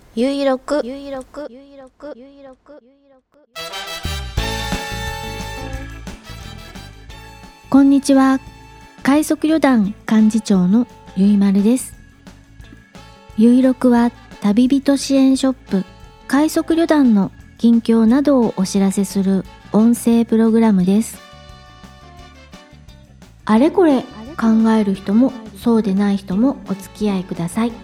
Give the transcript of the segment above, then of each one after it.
ゆいろくこんにちは。快速旅団幹事長のゆいまるです。ゆいろくは旅人支援ショップ快速旅団の近況などをお知らせする音声プログラムです。あれこれ考える人もそうでない人もお付き合いください。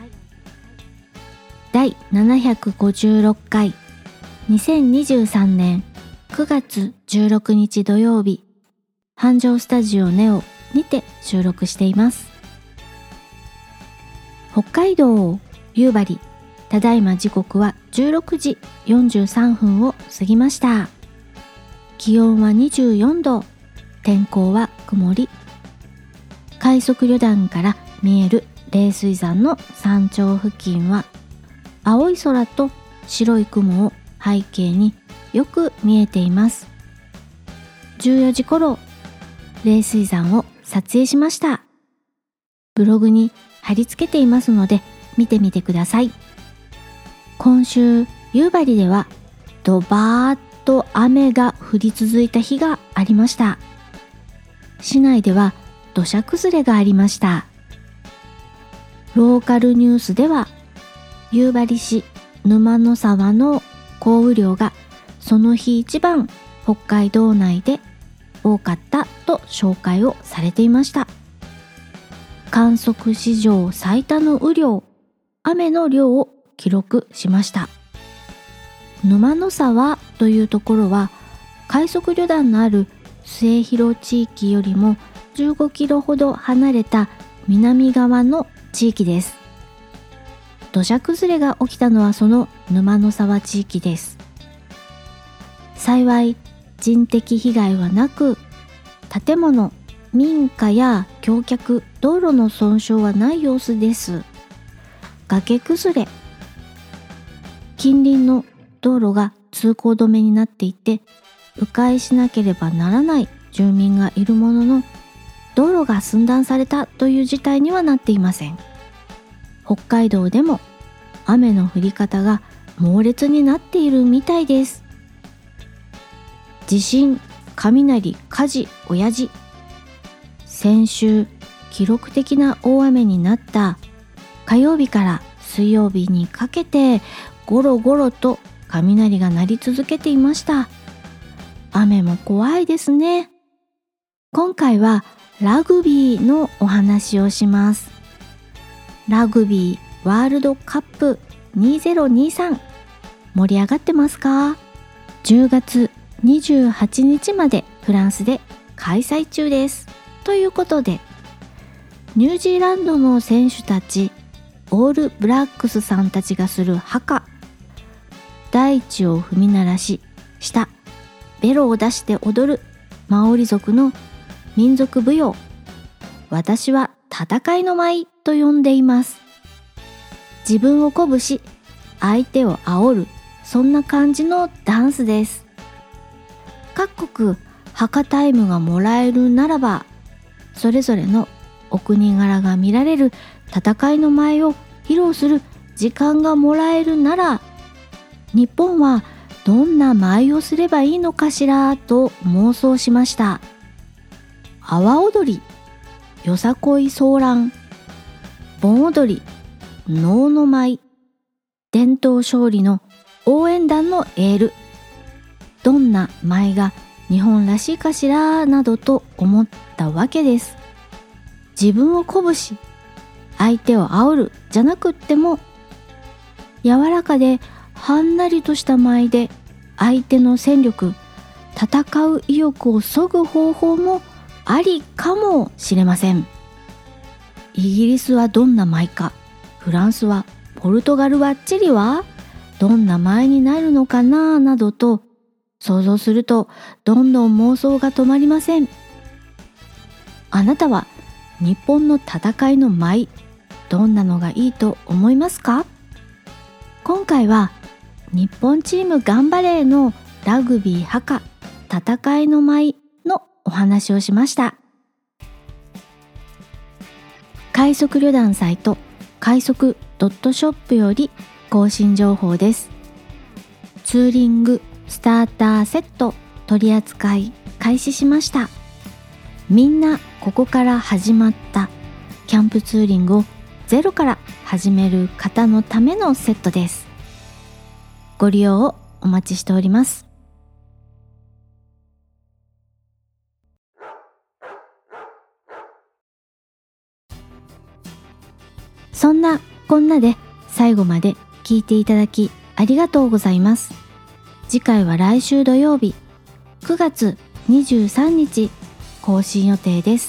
第756回2023年9月16日土曜日、繁盛スタジオネオにて収録しています。北海道夕張、ただいま時刻は16時43分を過ぎました。気温は24度、天候は曇り。快速旅団から見える冷水山の山頂付近は青い空と白い雲を背景によく見えています。14時頃、冷水山を撮影しました。ブログに貼り付けていますので見てみてください。今週夕張ではドバーッと雨が降り続いた日がありました。市内では土砂崩れがありました。ローカルニュースでは夕張市沼の沢の降雨量がその日一番北海道内で多かったと紹介をされていました。観測史上最多の雨量、雨の量を記録しました。沼の沢というところは快速旅団のある末広地域よりも15キロほど離れた南側の地域です。土砂崩れが起きたのはその沼の沢地域です。幸い人的被害はなく、建物、民家や橋脚、道路の損傷はない様子です。崖崩れ、近隣の道路が通行止めになっていて、迂回しなければならない住民がいるものの、道路が寸断されたという事態にはなっていません。北海道でも雨の降り方が猛烈になっているみたいです。地震、雷、火事、親父。先週記録的な大雨になった火曜日から水曜日にかけてゴロゴロと雷が鳴り続けていました。雨も怖いですね。今回はラグビーのお話をします。ラグビーワールドカップ2023、盛り上がってますか？10月28日までフランスで開催中です。ということで、ニュージーランドの選手たち、オールブラックスさんたちがするハカ、大地を踏み鳴らし、下、ベロを出して踊るマオリ族の民族舞踊、私は戦いの舞と呼んでいます。自分を鼓舞し、相手を煽る、そんな感じのダンスです。各国ハカタイムがもらえるならば、それぞれのお国柄が見られる戦いの舞を披露する時間がもらえるなら、日本はどんな舞をすればいいのかしらと妄想しました。阿波踊り、よさこいソーラン、盆踊り、能の舞、伝統勝利の応援団のエール、どんな舞が日本らしいかしらなどと思ったわけです。自分を鼓舞し、相手を煽るじゃなくっても、柔らかではんなりとした舞で相手の戦力、戦う意欲を削ぐ方法もありかもしれません。イギリスはどんな舞か、フランスは、ポルトガルはチリはどんな舞になるのかななどと想像するとどんどん妄想が止まりません。あなたは日本の戦いの舞、どんなのがいいと思いますか？今回は日本チーム頑張れのラグビーハカ戦いの舞のお話をしました。快速旅団サイト快速.shop より更新情報です。ツーリングスターターセット取り扱い開始しました。みんなここから始まったキャンプツーリングをゼロから始める方のためのセットです。ご利用をお待ちしております。そんなこんなで最後まで聞いていただきありがとうございます。次回は来週土曜日9月23日更新予定です。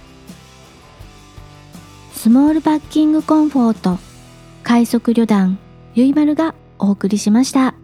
スモールパッキングコンフォート快速旅団ゆいまるがお送りしました。